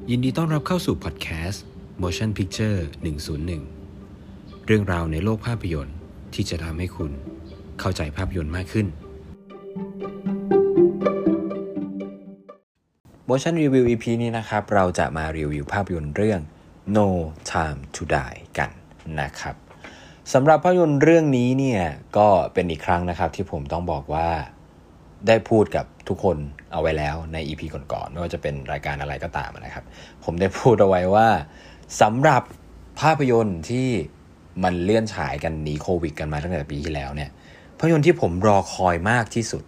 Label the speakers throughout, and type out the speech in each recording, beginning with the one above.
Speaker 1: ยินดีต้อนรับเข้าสู่พอดแคสต์ Motion Picture 101 เรื่องราวในโลกภาพยนตร์ที่จะทำให้คุณเข้าใจภาพยนตร์มากขึ้น Motion Review EP นี้นะครับเราจะมารีวิวภาพยนตร์เรื่อง No Time to Die กันนะครับสำหรับภาพยนตร์เรื่องนี้เนี่ยก็เป็นอีกครั้งนะครับที่ผมต้องบอกว่าได้พูดกับทุกคนเอาไว้แล้วใน EP ก่อนๆไม่ว่าจะเป็นรายการอะไรก็ตามนะครับผมได้พูดเอาไว้ว่าสำหรับภาพยนตร์ที่มันเลื่อนฉายกันหนีโควิดกันมาตั้งแต่ปีที่แล้วเนี่ยภาพยนตร์ที่ผมรอคอยมากที่สุด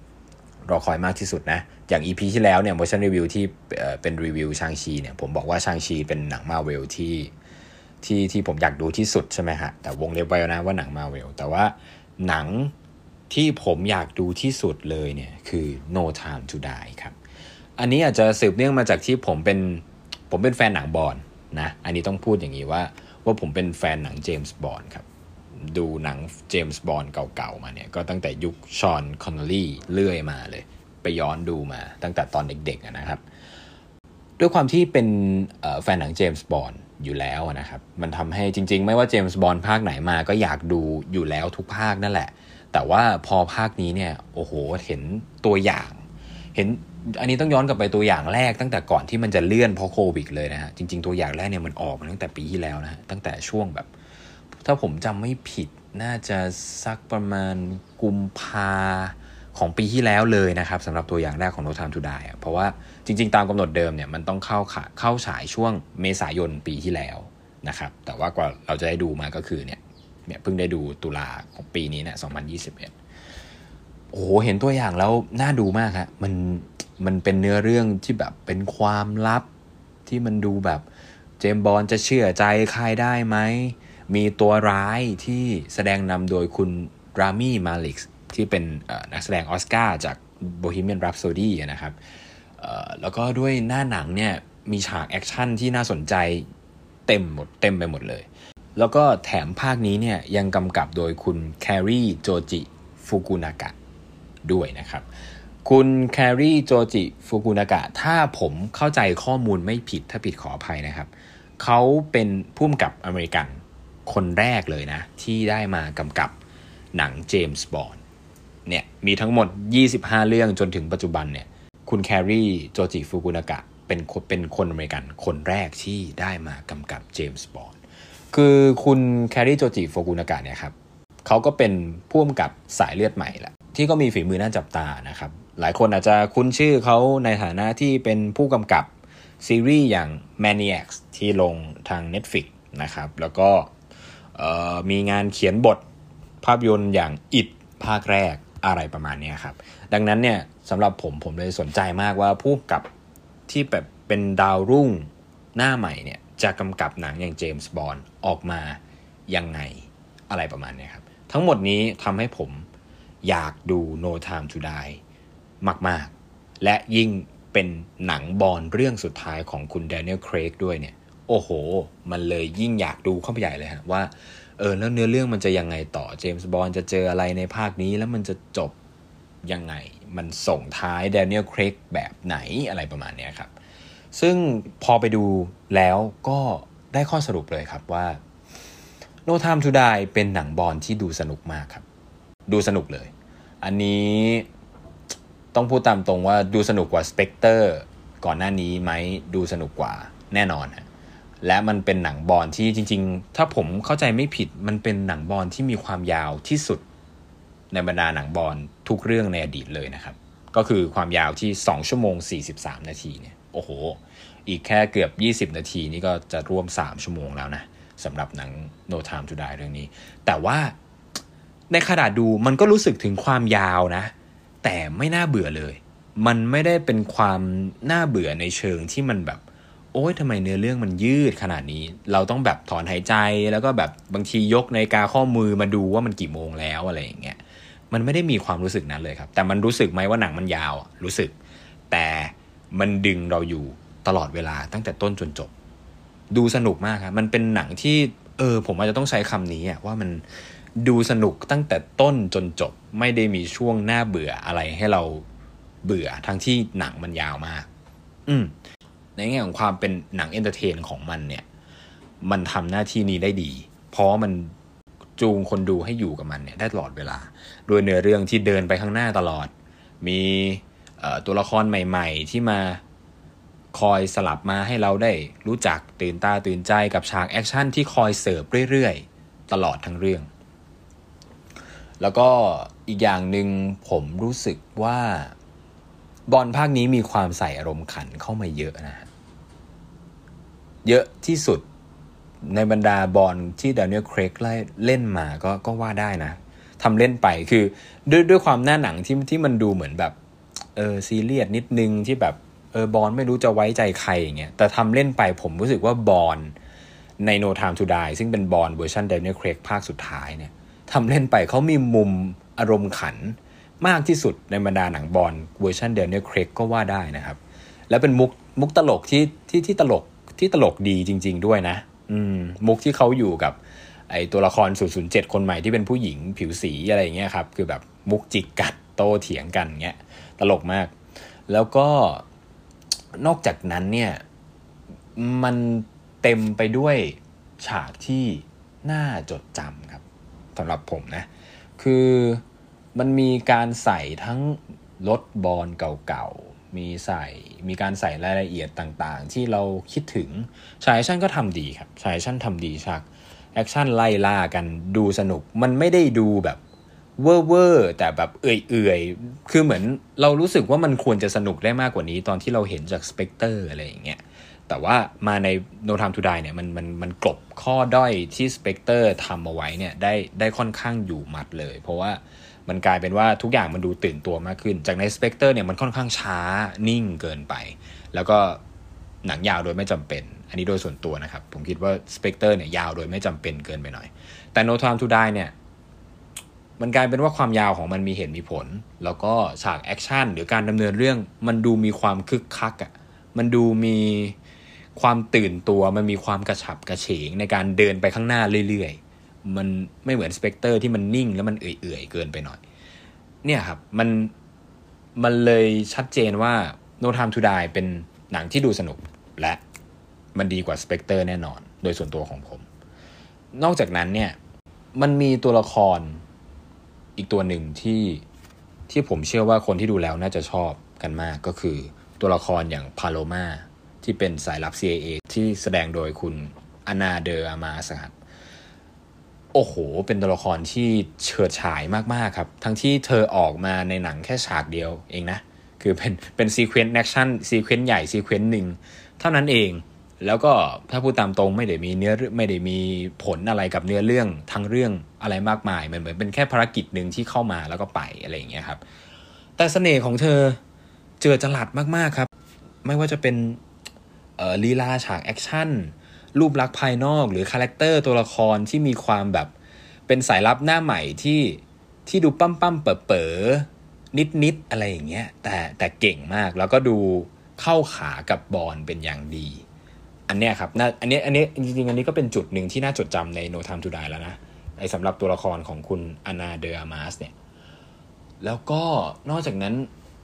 Speaker 1: นะอย่าง EP ที่แล้วเนี่ย Motion Review ที่เป็นรีวิวชางชีเนี่ยผมบอกว่าชางชีเป็นหนัง Marvel ที่ผมอยากดูที่สุดใช่ไหมฮะแต่วงเล็บไว้นะว่าหนัง Marvel แต่ว่าหนังที่ผมอยากดูที่สุดเลยเนี่ยคือ No Time to Die ครับอันนี้อาจจะสืบเนื่องมาจากที่ผมเป็นแฟนหนังบอนด์นะอันนี้ต้องพูดอย่างนี้ว่าผมเป็นแฟนหนังเจมส์บอนด์ครับดูหนังเจมส์บอนด์เก่าๆมาเนี่ยก็ตั้งแต่ยุคชอนคอนเนลลี่เรื่อยมาเลยไปย้อนดูมาตั้งแต่ตอนเด็กๆนะครับด้วยความที่เป็นแฟนหนังเจมส์บอนด์อยู่แล้วนะครับมันทำให้จริงๆไม่ว่าเจมส์บอนด์ภาคไหนมาก็อยากดูอยู่แล้วทุกภาคนั่นแหละแต่ว่าพอภาคนี้เนี่ยโอ้โหเห็นตัวอย่างอันนี้ต้องย้อนกลับไปตัวอย่างแรกตั้งแต่ก่อนที่มันจะเลื่อนเพราะโควิดเลยนะฮะจริงๆตัวอย่างแรกเนี่ยมันออกมาตั้งแต่ปีที่แล้วนะฮะตั้งแต่ช่วงแบบถ้าผมจำไม่ผิดน่าจะสักประมาณกุมภาของปีที่แล้วเลยนะครับสำหรับตัวอย่างแรกของ No Time to Die เพราะว่าจริงๆตามกำหนดเดิมเนี่ยมันต้องเข้าฉายช่วงเมษายนปีที่แล้วนะครับแต่ว่ากว่าเราจะได้ดูมาก็คือเนี่ยเพิ่งได้ดูตุลาของปีนี้เนี่ย2021โอ้โหเห็นตัวอย่างแล้วน่าดูมากฮะมันเป็นเนื้อเรื่องที่แบบเป็นความลับที่มันดูแบบเจมส์บอนด์จะเชื่อใจใครได้ไหมมีตัวร้ายที่แสดงนำโดยคุณรามีมาลิกที่เป็นนักแสดงออสการ์จาก Bohemian Rhapsody นะครับแล้วก็ด้วยหน้าหนังเนี่ยมีฉากแอคชั่นที่น่าสนใจเต็มไปหมดเลยแล้วก็แถมภาคนี้เนี่ยยังกำกับโดยคุณแครีโจจิฟุกุนากะด้วยนะครับคุณแครีโจจิฟุกุนากะถ้าผมเข้าใจข้อมูลไม่ผิดถ้าผิดขออภัยนะครับเขาเป็นผู้กำกับอเมริกันคนแรกเลยนะที่ได้มากำกับหนังเจมส์บอนด์เนี่ยมีทั้งหมด25เรื่องจนถึงปัจจุบันเนี่ยคุณแครีโจจิฟุกุนากะเป็นคนอเมริกันคนแรกที่ได้มากำกับเจมส์บอนด์คือคุณแครีโจจิฟุกุนากะเนี่ยครับเขาก็เป็นผู้กำกับสายเลือดใหม่แหละที่ก็มีฝีมือน่าจับตานะครับหลายคนอาจจะคุ้นชื่อเขาในฐานะที่เป็นผู้กำกับซีรีส์อย่าง Maniacs ที่ลงทาง Netflix นะครับแล้วก็มีงานเขียนบทภาพยนตร์อย่าง It ภาคแรกอะไรประมาณนี้ครับดังนั้นเนี่ยสำหรับผมเลยสนใจมากว่าผู้กำกับที่แบบเป็นดาวรุ่งหน้าใหม่เนี่ยจะกำกับหนังอย่างเจมส์บอนด์ออกมายังไงอะไรประมาณนี้ครับทั้งหมดนี้ทำให้ผมอยากดู No Time to Die มากๆและยิ่งเป็นหนังบอนด์เรื่องสุดท้ายของคุณแดเนียล เครกด้วยเนี่ยโอ้โหมันเลยยิ่งอยากดูเข้าไปใหญ่เลยฮะว่าแล้วเนื้อเรื่องมันจะยังไงต่อเจมส์บอนด์จะเจออะไรในภาคนี้แล้วมันจะจบยังไงมันส่งท้ายแดเนียล เครกแบบไหนอะไรประมาณนี้ครับซึ่งพอไปดูแล้วก็ได้ข้อสรุปเลยครับว่า No Time to Die เป็นหนังบอนด์ที่ดูสนุกมากครับดูสนุกเลยอันนี้ต้องพูดตามตรงว่าดูสนุกกว่า Spectre ก่อนหน้านี้ไหมดูสนุกกว่าแน่นอนฮะและมันเป็นหนังบอนด์ที่จริงๆถ้าผมเข้าใจไม่ผิดมันเป็นหนังบอนด์ที่มีความยาวที่สุดในบรรดาหนังบอนด์ทุกเรื่องในอดีตเลยนะครับก็คือความยาวที่2ชั่วโมง43นาทีเนี่ยโอ้โหอีกแค่เกือบ20นาทีนี่ก็จะร่วม3ชั่วโมงแล้วนะสำหรับหนัง No Time to Die เรื่องนี้แต่ว่าในขณะดูมันก็รู้สึกถึงความยาวนะแต่ไม่น่าเบื่อเลยมันไม่ได้เป็นความน่าเบื่อในเชิงที่มันแบบโอ๊ยทำไมเนื้อเรื่องมันยืดขนาดนี้เราต้องแบบถอนหายใจแล้วก็แบบบางทียกนาฬิกาข้อมือมาดูว่ามันกี่โมงแล้วอะไรอย่างเงี้ยมันไม่ได้มีความรู้สึกนั้นเลยครับแต่มันรู้สึกไหมว่าหนังมันยาวรู้สึกแต่มันดึงเราอยู่ตลอดเวลาตั้งแต่ต้นจนจบดูสนุกมากครับมันเป็นหนังที่ผมอาจจะต้องใช้คำนี้ว่ามันดูสนุกตั้งแต่ต้นจนจบไม่ได้มีช่วงน่าเบื่ออะไรให้เราเบื่อทั้งที่หนังมันยาวมากในแง่ของความเป็นหนังเอนเตอร์เทนของมันเนี่ยมันทำหน้าที่นี้ได้ดีเพราะมันจูงคนดูให้อยู่กับมันเนี่ยได้ตลอดเวลาโดยเนื้อเรื่องที่เดินไปข้างหน้าตลอดมีตัวละครใหม่ๆที่มาคอยสลับมาให้เราได้รู้จักตื่นตาตื่นใจกับฉากแอคชั่นที่คอยเสิร์ฟเรื่อยๆตลอดทั้งเรื่องแล้วก็อีกอย่างหนึ่งผมรู้สึกว่าบอนด์ภาคนี้มีความใส่อารมณ์ขันเข้ามาเยอะนะฮะเยอะที่สุดในบรรดาบอนด์ที่ดานิเอล เครกเล่นมาก็ว่าได้นะทำเล่นไปคือด้วยความหน้าหนังที่มันดูเหมือนแบบซีเรียสนิดนึงที่แบบบอนด์ไม่รู้จะไว้ใจใครอย่างเงี้ยแต่ทำเล่นไปผมรู้สึกว่าบอนด์ใน No Time to Die ซึ่งเป็นบอนด์เวอร์ชันดานิเอล เครกภาคสุดท้ายเนี่ยทำเล่นไปเขามีมุมอารมณ์ขันมากที่สุดในบรรดาหนังบอนด์เวอร์ชันดานิเอล เครกก็ว่าได้นะครับแล้วเป็นมุกตลกที่ตลกดีจริงๆด้วยนะมุกที่เขาอยู่กับไอตัวละคร007คนใหม่ที่เป็นผู้หญิงผิวสีอะไรอย่างเงี้ยครับคือแบบมุกจิกกัดโตเถียงกันเงี้ยตลกมากแล้วก็นอกจากนั้นเนี่ยมันเต็มไปด้วยฉากที่น่าจดจำครับสำหรับผมนะคือมันมีการใส่ทั้งรถบอลเก่าๆมีการใส่รายละเอียดต่างๆที่เราคิดถึงฉากแอคชั่นก็ทำดีครับฉากแอคชั่นทำดีฉากแอคชั่นไล่ล่ากันดูสนุกมันไม่ได้ดูแบบเวอร์แต่แบบเอื่อยๆคือเหมือนเรารู้สึกว่ามันควรจะสนุกได้มากกว่านี้ตอนที่เราเห็นจากสเปกเตอร์อะไรอย่างเงี้ยแต่ว่ามาใน No Time to Die เนี่ยมันกลบข้อด้อยที่สเปกเตอร์ทำเอาไว้เนี่ยได้ค่อนข้างอยู่หมัดเลยเพราะว่ามันกลายเป็นว่าทุกอย่างมันดูตื่นตัวมากขึ้นจากใน Spectre เนี่ยมันค่อนข้างช้านิ่งเกินไปแล้วก็หนังยาวโดยไม่จำเป็นอันนี้โดยส่วนตัวนะครับผมคิดว่า Spectre เนี่ยยาวโดยไม่จำเป็นเกินไปหน่อยแต่ No Time to Die เนี่ยมันกลายเป็นว่าความยาวของมันมีเหตุมีผลแล้วก็ฉากแอคชั่นหรือการดำเนินเรื่องมันดูมีความคึกคักอ่ะมันดูมีความตื่นตัวมันมีความกระฉับกระเฉงในการเดินไปข้างหน้าเรื่อยๆมันไม่เหมือน Spectre ที่มันนิ่งแล้วมันเอื่อยๆเกินไปหน่อยเนี่ยครับมันเลยชัดเจนว่า No Time to Die เป็นหนังที่ดูสนุกและมันดีกว่า Spectre แน่นอนโดยส่วนตัวของผมนอกจากนั้นเนี่ยมันมีตัวละครอีกตัวหนึ่งที่ผมเชื่อว่าคนที่ดูแล้วน่าจะชอบกันมากก็คือตัวละครอย่างพาโลมาที่เป็นสายลับ CIA ที่แสดงโดยคุณอานาเดออามาสครับโอ้โหเป็นตัวละครที่เฉิดฉายมากๆครับทั้งที่เธอออกมาในหนังแค่ฉากเดียวเองนะคือเป็นซีเควนต์แอคชั่นซีเควนต์ใหญ่ซีเควนต์หนึ่งเท่านั้นเองแล้วก็ถ้าพูดตามตรงไม่ได้มีผลอะไรกับเนื้อเรื่องทั้งเรื่องอะไรมากมายมันเหมือนเป็นแค่ภารกิจหนึ่งที่เข้ามาแล้วก็ไปอะไรอย่างเงี้ยครับแต่เสน่ห์ของเธอเจิดจรัสมากๆครับไม่ว่าจะเป็นลีลาฉากแอคชั่นรูปลักษณ์ภายนอกหรือคาแรคเตอร์ตัวละครที่มีความแบบเป็นสายลับหน้าใหม่ที่ดูปั้มเป๋อนิดอะไรอย่างเงี้ยแต่เก่งมากแล้วก็ดูเข้าขากับบอลเป็นอย่างดีอันเนี้ยครับอันนี้จริงๆอันนี้ก็เป็นจุดหนึ่งที่น่าจดจำใน No Time to Die แล้วนะไอ้สำหรับตัวละครของคุณอานาเดออามาสเนี่ยแล้วก็นอกจากนั้น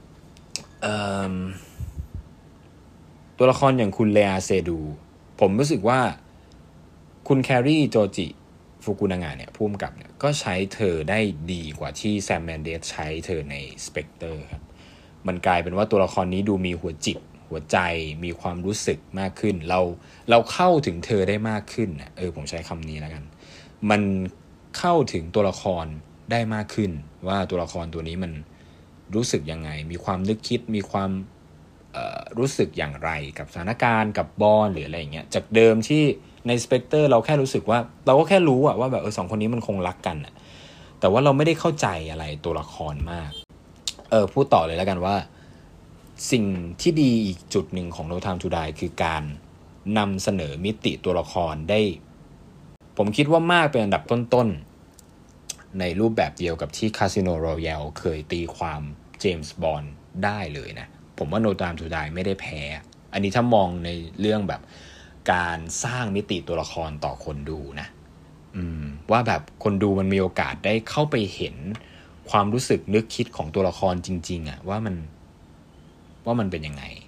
Speaker 1: ตัวละครอย่างคุณเลอาเซดูผมรู้สึกว่าคุณแครีโจจิฟุกุนางะเนี่ยผู้กำกับเนี่ยก็ใช้เธอได้ดีกว่าที่แซมแมนเดสใช้เธอใน Spectre ครับมันกลายเป็นว่าตัวละครนี้ดูมีหัวจิตหัวใจมีความรู้สึกมากขึ้นเราเข้าถึงเธอได้มากขึ้นผมใช้คำนี้แล้วกันมันเข้าถึงตัวละครได้มากขึ้นว่าตัวละครตัวนี้มันรู้สึกยังไงมีความนึกคิดมีความรู้สึกอย่างไรกับสถานการณ์กับบอลหรืออะไรอย่างเงี้ยจากเดิมที่ใน Spectre เราแค่รู้สึกว่าเราก็แค่รู้ว่าแบบสองคนนี้มันคงรักกันแต่ว่าเราไม่ได้เข้าใจอะไรตัวละครมากพูดต่อเลยแล้วกันว่าสิ่งที่ดีอีกจุดหนึ่งของ No Time to Die คือการนำเสนอมิติตัวละครได้ผมคิดว่ามากเป็นอันดับต้นๆในรูปแบบเดียวกับที่ Casino Royale เคยตีความเจมส์บอนด์ได้เลยนะผมว่า No Time to Die ไม่ได้แพ้อันนี้ถ้ามองในเรื่องแบบการสร้างมิติตัวละครต่อคนดูนะว่าแบบคนดูมันมีโอกาสได้เข้าไปเห็นความรู้สึกนึกคิดของตัวละครจริงๆว่ามันเป็นยังไง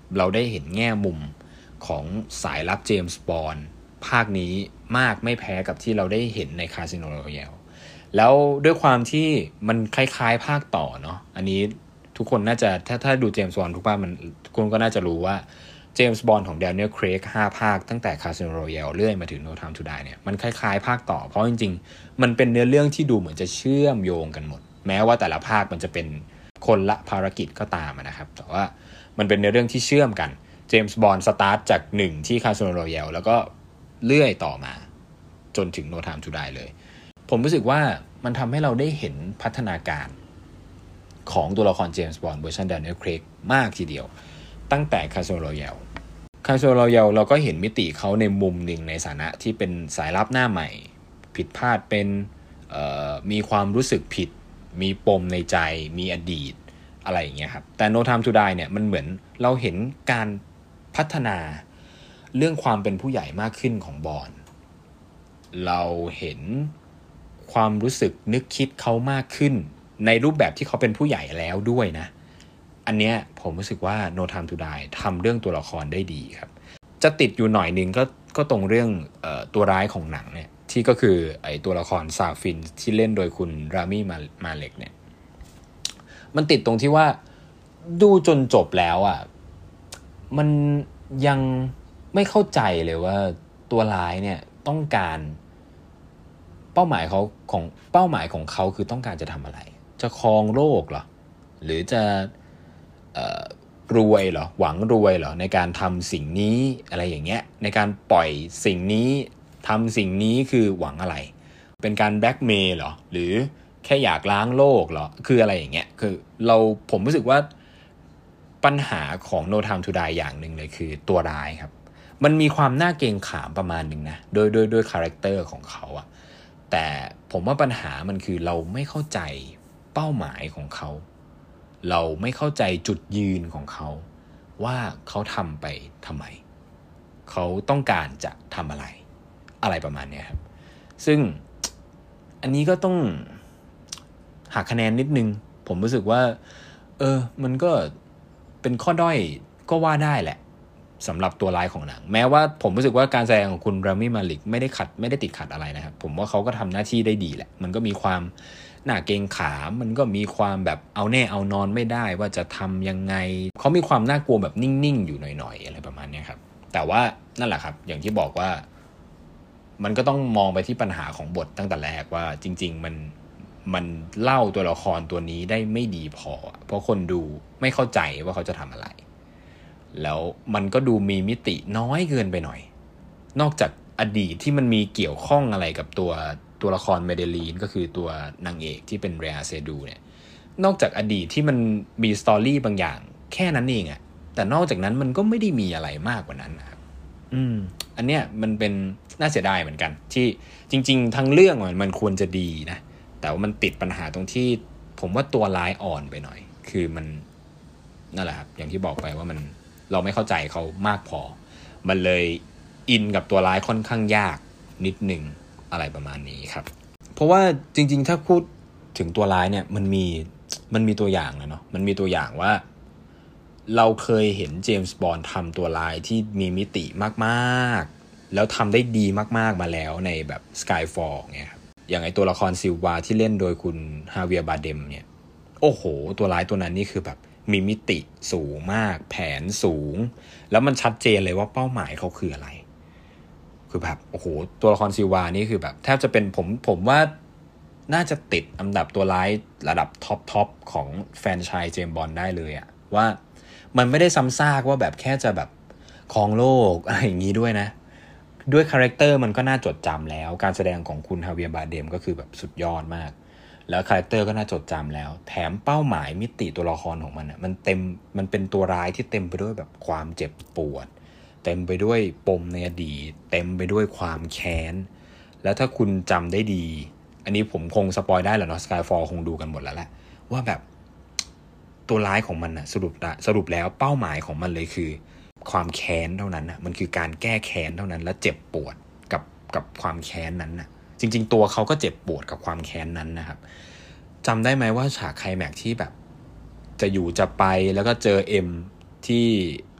Speaker 1: เราได้เห็นแง่มุมของสายลับเจมส์บอนด์ภาคนี้มากไม่แพ้กับที่เราได้เห็นในคาสิโนรอยัลแล้วด้วยความที่มันคล้ายๆภาคต่อเนาะอันนี้ทุกคนน่าจะถ้าดูเจมส์บอนด์ทุกภาคมันทุกคนก็น่าจะรู้ว่าเจมส์บอนด์ของ Daniel Craig 5 ภาคตั้งแต่ Casino Royale เรื่อยมาถึง No Time to Die เนี่ยมันคล้ายๆภาคต่อเพราะจริงๆมันเป็นเนื้อเรื่องที่ดูเหมือนจะเชื่อมโยงกันหมดแม้ว่าแต่ละภาคมันจะเป็นคนละภารกิจก็ตามนะครับแต่ว่ามันเป็นเนื้อเรื่องที่เชื่อมกันเจมส์บอนด์สตาร์ทจาก1ที่ Casino Royale แล้วก็เลื่อยต่อมาจนถึง No Time to Die เลยผมรู้สึกว่ามันทำให้เราได้เห็นพัฒนาการของตัวละครเจมส์บอนด์เวอร์ชัน Daniel Craig มากทีเดียวตั้งแต่ Casino Royale Casino Royale เราก็เห็นมิติเขาในมุมหนึ่งในฐานะที่เป็นสายลับหน้าใหม่ผิดพลาดเป็นมีความรู้สึกผิดมีปมในใจมีอดีตอะไรอย่างเงี้ยครับแต่ No Time to Die เนี่ยมันเหมือนเราเห็นการพัฒนาเรื่องความเป็นผู้ใหญ่มากขึ้นของบอนด์เราเห็นความรู้สึกนึกคิดเขามากขึ้นในรูปแบบที่เขาเป็นผู้ใหญ่แล้วด้วยนะอันเนี้ยผมรู้สึกว่า No Time to Die ทำเรื่องตัวละครได้ดีครับจะติดอยู่หน่อยนึงก็ตรงเรื่องตัวร้ายของหนังเนี่ยที่ก็คือไอตัวละครซาฟินที่เล่นโดยคุณรามิมาเล็กเนี่ยมันติดตรงที่ว่าดูจนจบแล้วอ่ะมันยังไม่เข้าใจเลยว่าตัวร้ายเนี่ยต้องการเป้าหมายของเขาคือต้องการจะทำอะไรจะครองโลกเหรอหรือจะรวยเหรอหวังรวยเหรอในการทำสิ่งนี้อะไรอย่างเงี้ยในการปล่อยสิ่งนี้ทำสิ่งนี้คือหวังอะไรเป็นการแบล็กเมย์เหรอหรือแค่อยากล้างโลกเหรอคืออะไรอย่างเงี้ยคือผมรู้สึกว่าปัญหาของ No Time to Die อย่างหนึ่งเลยคือตัวร้ายครับมันมีความน่าเกรงขามประมาณหนึ่งนะโดยคาแรคเตอร์ของเขาอะแต่ผมว่าปัญหามันคือเราไม่เข้าใจเป้าหมายของเขาเราไม่เข้าใจจุดยืนของเขาว่าเขาทำไปทำไมเขาต้องการจะทำอะไรประมาณนี้ครับซึ่งอันนี้ก็ต้องหักคะแนนนิดนึงผมรู้สึกว่ามันก็เป็นข้อด้อยก็ว่าได้แหละสำหรับตัวร้ายของหนังแม้ว่าผมรู้สึกว่าการแสดงของคุณรามิมาลิกไม่ได้ติดขัดอะไรนะครับผมว่าเขาก็ทำหน้าที่ได้ดีแหละมันก็มีความหน้าเกรงขามมันก็มีความแบบเอาแน่เอานอนไม่ได้ว่าจะทำยังไงเขามีความน่ากลัวแบบนิ่งๆอยู่หน่อยๆอะไรประมาณนี้ครับแต่ว่านั่นแหละครับอย่างที่บอกว่ามันก็ต้องมองไปที่ปัญหาของบทตั้งแต่แรกว่าจริงๆมันเล่าตัวละครตัวนี้ได้ไม่ดีพอเพราะคนดูไม่เข้าใจว่าเขาจะทำอะไรแล้วมันก็ดูมีมิติน้อยเกินไปหน่อยนอกจากอดีตที่มันมีเกี่ยวข้องอะไรกับตัวละครเมเดลีนก็คือตัวนางเอกที่เป็นเรอาเซดูเนี่ยนอกจากอดีตที่มันมีสตอรี่บางอย่างแค่นั้นเองอะแต่นอกจากนั้นมันก็ไม่ได้มีอะไรมากกว่านั้นนะครับอันเนี้ยมันเป็นน่าเสียดายเหมือนกันที่จริงๆทั้งเรื่องมันควรจะดีนะแต่ว่ามันติดปัญหาตรงที่ผมว่าตัวร้ายอ่อนไปหน่อยคือมันนั่นแหละครับอย่างที่บอกไปว่าเราไม่เข้าใจเขามากพอมันเลยอินกับตัวร้ายค่อนข้างยากนิดนึงอะไรประมาณนี้ครับเพราะว่าจริงๆถ้าพูดถึงตัวร้ายเนี่ยมันมีตัวอย่างนะเนาะมันมีตัวอย่างว่าเราเคยเห็นเจมส์บอนด์ทำตัวร้ายที่มีมิติมากๆแล้วทำได้ดีมากๆมาแล้วในแบบ Skyfall เนี่ยครับอย่างไอตัวละครซิลวาที่เล่นโดยคุณฮาเวียร์บาเดมเนี่ยโอ้โหตัวร้ายตัวนั้นนี่คือแบบมีมิติสูงมากแผนสูงแล้วมันชัดเจนเลยว่าเป้าหมายเขาคืออะไรคือแบบโอ้โหตัวละครซิลวานี่คือแบบแทบจะเป็นผมว่าน่าจะติดอันดับตัวร้ายระดับท็อปของแฟรนไชส์เจมส์บอนด์ได้เลยอะว่ามันไม่ได้ซ้ำซากว่าแบบแค่จะแบบครองโลกอะไรอย่างนี้ด้วยนะด้วยคาแรคเตอร์มันก็น่าจดจำแล้วการแสดงของคุณฮาเวียร์บาเดมก็คือแบบสุดยอดมากแล้วคาแรคเตอร์ก็น่าจดจำแล้วแถมเป้าหมายมิติตัวละครของมันอ่ะมันเป็นตัวร้ายที่เต็มไปด้วยแบบความเจ็บปวดเต็มไปด้วยปมในอดีตเต็มไปด้วยความแค้นแล้วถ้าคุณจำได้ดีอันนี้ผมคงสปอยได้แหละเนาะ Skyfall คงดูกันหมดแล้วแหละว่าแบบตัวร้ายของมันน่ะสรุปแล้วเป้าหมายของมันเลยคือความแค้นเท่านั้นน่ะมันคือการแก้แค้นเท่านั้นและเจ็บปวดกับความแค้นนั้นน่ะจริงๆตัวเขาก็เจ็บปวดกับความแค้นนั้นนะครับจำได้ไหมว่าฉากไคลแม็กซ์ที่แบบจะอยู่จะไปแล้วก็เจอเอ็มที่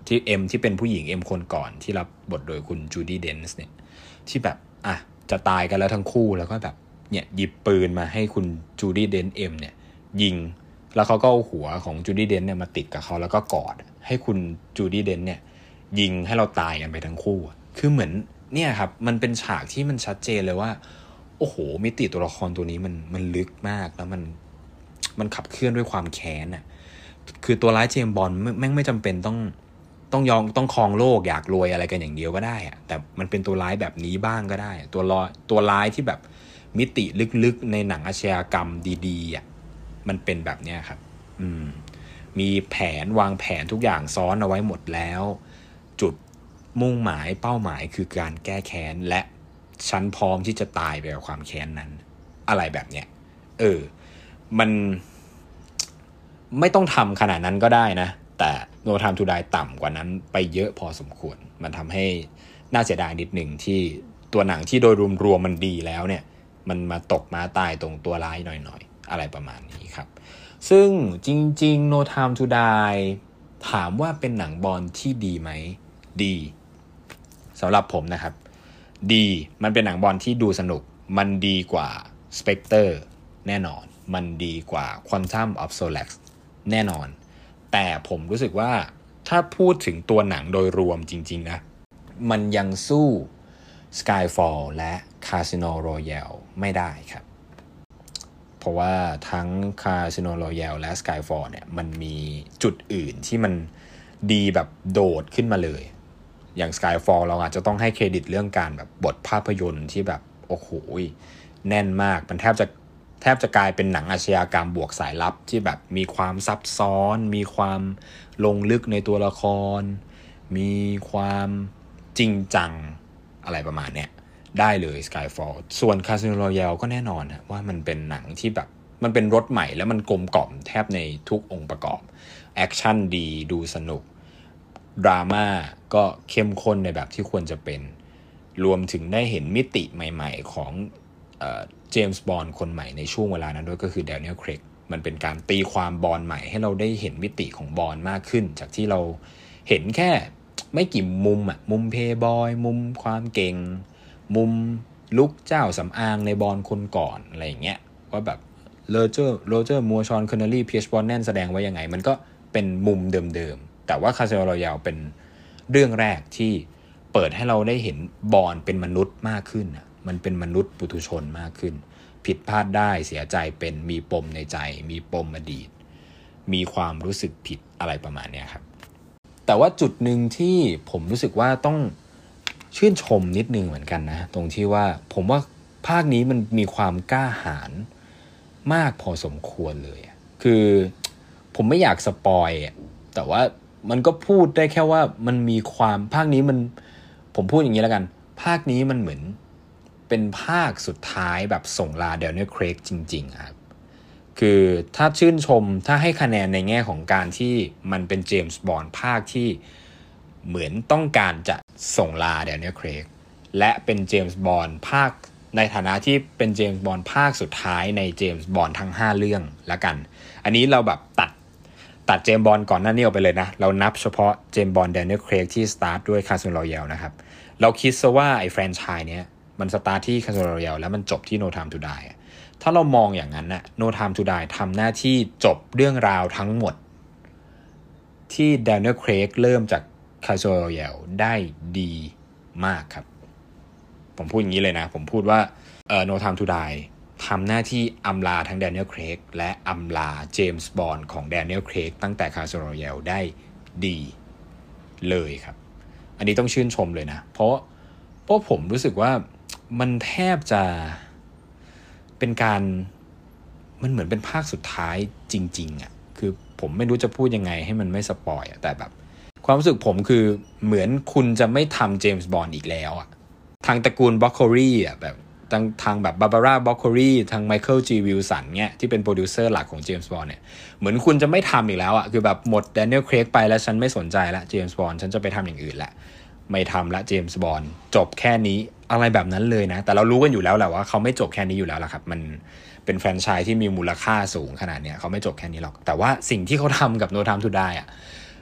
Speaker 1: ที่เอ็มที่เป็นผู้หญิงเอ็มคนก่อนที่รับบทโดยคุณจูดี้เดนส์เนี่ยที่แบบจะตายกันแล้วทั้งคู่แล้วก็แบบเนี่ยหยิบปืนมาให้คุณจูดี้เดนส์เอ็มเนี่ยยิงแล้วเขาก็เอาหัวของจูดี้เดนส์เนี่ยมาติดกับเขาแล้วก็กอดให้คุณจูดี้เดนส์เนี่ยยิงให้เราตายกันไปทั้งคู่คือเหมือนเนี่ยครับมันเป็นฉากที่มันชัดเจนเลยว่าโอ้โหมิติตัวละครตัวนี้มันลึกมากแล้วมันขับเคลื่อนด้วยความแค้นอ่ะคือตัวร้ายเจมส์บอนด์แม่งไม่จำเป็นต้องครองโลกอยากรวยอะไรกันอย่างเดียวก็ได้อะแต่มันเป็นตัวร้ายแบบนี้บ้างก็ได้ตัวร้ายที่แบบมิติลึกๆในหนังอาชญากรรมดีๆอ่ะมันเป็นแบบเนี้ยครับมีแผนวางแผนทุกอย่างซ้อนเอาไว้หมดแล้วจุดมุ่งหมายเป้าหมายคือการแก้แค้นและฉันพร้อมที่จะตายไปกับความแค้นนั้นอะไรแบบเนี้ยมันไม่ต้องทำขนาดนั้นก็ได้นะแต่ No Time to Die ต่ำกว่านั้นไปเยอะพอสมควรมันทำให้น่าเสียดายนิดหนึ่งที่ตัวหนังที่โดยรวมๆมันดีแล้วเนี่ยมันมาตกม้าตายตรงตัวร้ายหน่อยๆอะไรประมาณนี้ครับซึ่งจริงๆ No Time to Die ถามว่าเป็นหนังบอนด์ที่ดีไหมดีสำหรับผมนะครับดีมันเป็นหนังบอนด์ที่ดูสนุกมันดีกว่า Spectre แน่นอนมันดีกว่า Quantum of Solace แน่นอนแต่ผมรู้สึกว่าถ้าพูดถึงตัวหนังโดยรวมจริงๆนะมันยังสู้ Skyfall และ Casino Royale ไม่ได้ครับเพราะว่าทั้ง Casino Royale และ Skyfall เนี่ยมันมีจุดอื่นที่มันดีแบบโดดขึ้นมาเลยอย่าง Skyfall เราอาจจะต้องให้เครดิตเรื่องการแบบบทภาพยนตร์ที่แบบโอ้โหแน่นมากมันแทบจะกลายเป็นหนังอาชญากรรมบวกสายลับที่แบบมีความซับซ้อนมีความลงลึกในตัวละครมีความจริงจังอะไรประมาณเนี้ยได้เลย Skyfall ส่วน Casino Royale ก็แน่นอนนะว่ามันเป็นหนังที่แบบมันเป็นรสใหม่แล้วมันกลมกล่อมแทบในทุกองค์ประกอบแอคชั่นดีดูสนุกดราม่าก็เข้มข้นในแบบที่ควรจะเป็นรวมถึงได้เห็นมิติใหม่ๆของเจมส์บอนด์คนใหม่ในช่วงเวลานั้นด้วยก็คือแดเนียล เครกมันเป็นการตีความบอนด์ใหม่ให้เราได้เห็นมิติของบอนด์มากขึ้นจากที่เราเห็นแค่ไม่กี่มุมมุมเพย์บอยมุมความเก่งมุมลุกเจ้าสำอางในบอนด์คนก่อนอะไรอย่างเงี้ยว่าแบบโรเจอร์มัวชอนคอนเนลลี่พีชบรอนแนนแสดงไว้ยังไงมันก็เป็นมุมเดิมๆแต่ว่าคาซิโน รอยัลเป็นเรื่องแรกที่เปิดให้เราได้เห็นบอนด์เป็นมนุษย์มากขึ้นมันเป็นมนุษย์ปุถุชนมากขึ้นผิดพลาดได้เสียใจเป็นมีปมในใจมีปมอดีตมีความรู้สึกผิดอะไรประมาณนี้ครับแต่ว่าจุดหนึ่งที่ผมรู้สึกว่าต้องชื่นชมนิดนึงเหมือนกันนะตรงที่ว่าผมว่าภาคนี้มันมีความกล้าหาญมากพอสมควรเลยคือผมไม่อยากสปอยแต่ว่ามันก็พูดได้แค่ว่ามันมีความภาคนี้ผมพูดอย่างนี้แล้วกันภาคนี้มันเหมือนเป็นภาคสุดท้ายแบบส่งลาแดเนียล เครกจริงๆครับคือถ้าชื่นชมถ้าให้คะแนนในแง่ของการที่มันเป็นเจมส์บอนด์ภาคที่เหมือนต้องการจะส่งลาแดเนียล เครกและเป็นเจมส์บอนด์ภาคในฐานะที่เป็นเจมส์บอนด์ภาคสุดท้ายในเจมส์บอนด์ทั้ง5เรื่องละกันอันนี้เราแบบตัดเจมส์บอนด์ก่อนหน้านี้ออกไปเลยนะเรานับเฉพาะเจมส์บอนด์แดเนียล เครกที่สตาร์ทด้วยคาสิโน รอยัลนะครับเราคิดซะว่าไอ้แฟรนไชส์เนี้ยมันสตาร์ทที่ Casino Royale แล้วมันจบที่ No Time to Die ถ้าเรามองอย่างนั้นนะ No Time to Die ทำหน้าที่จบเรื่องราวทั้งหมดที่ Daniel Craig เริ่มจาก Casino Royale ได้ดีมากครับผมพูดอย่างนี้เลยนะผมพูดว่าNo Time to Die ทำหน้าที่อำลาทั้ง Daniel Craig และอำลา James Bond ของ Daniel Craig ตั้งแต่ Casino Royale ได้ดีเลยครับอันนี้ต้องชื่นชมเลยนะเพราะผมรู้สึกว่ามันแทบจะเป็นการมันเหมือนเป็นภาคสุดท้ายจริงๆคือผมไม่รู้จะพูดยังไงให้มันไม่สปอยแต่แบบความรู้สึกผมคือเหมือนคุณจะไม่ทำเจมส์บอนด์อีกแล้วทางตระกูลบ็อกโครีแบบทางแบบบาบาร่าบ็อกโครีทางไมเคิลจีวิลสันเนี่ยที่เป็นโปรดิวเซอร์หลักของเจมส์บอนด์เนี่ยเหมือนคุณจะไม่ทำอีกแล้วคือแบบหมดแดเนียล เครกไปแล้วฉันไม่สนใจละเจมส์บอนด์ฉันจะไปทำอย่างอื่นละไม่ทำละเจมส์บอนด์จบแค่นี้อะไรแบบนั้นเลยนะแต่เรารู้กันอยู่แล้วแหละว่าเขาไม่จบแค่นี้อยู่แล้วล่ะครับมันเป็นแฟรนไชส์ที่มีมูลค่าสูงขนาดเนี้ยเขาไม่จบแค่นี้หรอกแต่ว่าสิ่งที่เขาทำกับ No Time to Die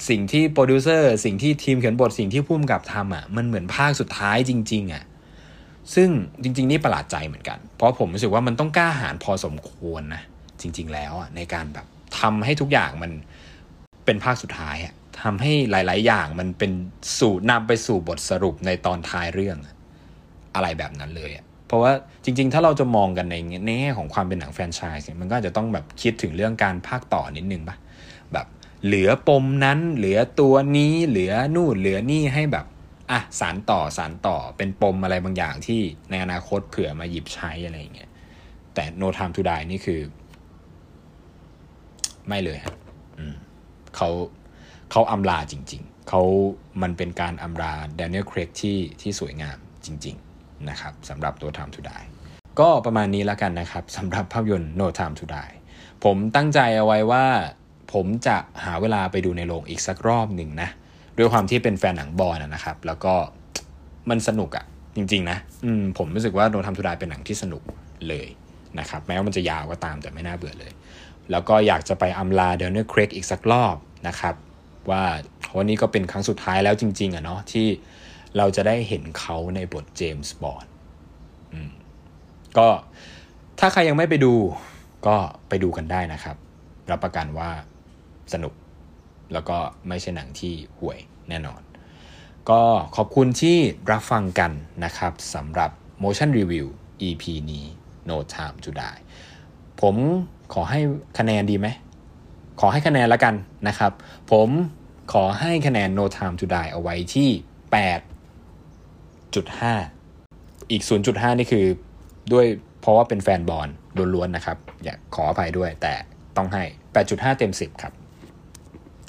Speaker 1: สิ่งที่โปรดิวเซอร์สิ่งที่ทีมเขียนบทสิ่งที่ผู้กำกับทำอ่ะมันเหมือนภาคสุดท้ายจริงๆอ่ะซึ่งจริงๆนี่ประหลาดใจเหมือนกันเพราะผมรู้สึกว่ามันต้องกล้าหาญพอสมควรนะจริงๆแล้วอ่ะในการแบบทำให้ทุกอย่างมันเป็นภาคสุดท้ายอ่ะทำให้หลายๆอย่างมันเป็นสู่นำไปสู่บทสรุปในตอนท้ายเรื่องอะไรแบบนั้นเลยอ่ะเพราะว่าจริงๆถ้าเราจะมองกันในแง่ของความเป็นหนังแฟรนไชส์มันก็อาจจะต้องแบบคิดถึงเรื่องการภาคต่อนิดนึงป่ะแบบเหลือปมนั้นเหลือตัวนี้เหลือนู่นเหลือนี่ให้แบบสารต่อเป็นปมอะไรบางอย่างที่ในอนาคตเผื่อมาหยิบใช้อะไรอย่างเงี้ยแต่ No Time to Die นี่คือไม่เลยฮะเขาอำลาจริงๆมันเป็นการอำลา Daniel Craig ที่สวยงามจริงๆนะครับสำหรับ No Time to Die ก็ประมาณนี้แล้วกันนะครับสำหรับภาพยนตร์ No Time to Die ผมตั้งใจเอาไว้ว่าผมจะหาเวลาไปดูในโรงอีกสักรอบหนึ่งนะด้วยความที่เป็นแฟนหนังบอนด์นะครับแล้วก็มันสนุกอ่ะจริงๆนะผมรู้สึกว่า No Time to Die เป็นหนังที่สนุกเลยนะครับแม้ว่ามันจะยาวก็ตามแต่ไม่น่าเบื่อเลยแล้วก็อยากจะไปอำลา Daniel Craig อีกสักรอบนะครับว่าวันนี้ก็เป็นครั้งสุดท้ายแล้วจริงๆอ่ะเนาะที่เราจะได้เห็นเขาในบทเจมส์บอนด์ก็ถ้าใครยังไม่ไปดูก็ไปดูกันได้นะครับรับประกันว่าสนุกแล้วก็ไม่ใช่หนังที่ห่วยแน่นอนก็ขอบคุณที่รับฟังกันนะครับสำหรับ Motion Review EP นี้ No Time to Die ผมขอให้คะแนนดีไหมขอให้คะแนนละกันนะครับผมขอให้คะแนน No Time to Die เอาไว้ที่ 8.5 อีก 0.5 นี่คือด้วยเพราะว่าเป็นแฟนบอลล้วนๆนะครับอยากขออภัยด้วยแต่ต้องให้ 8.5 เต็ม 10 ครับ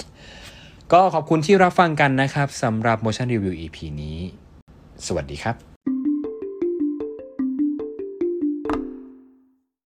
Speaker 1: ก็ขอบคุณที่รับฟังกันนะครับสำหรับ Motion Review EP นี้สวัสดีครับ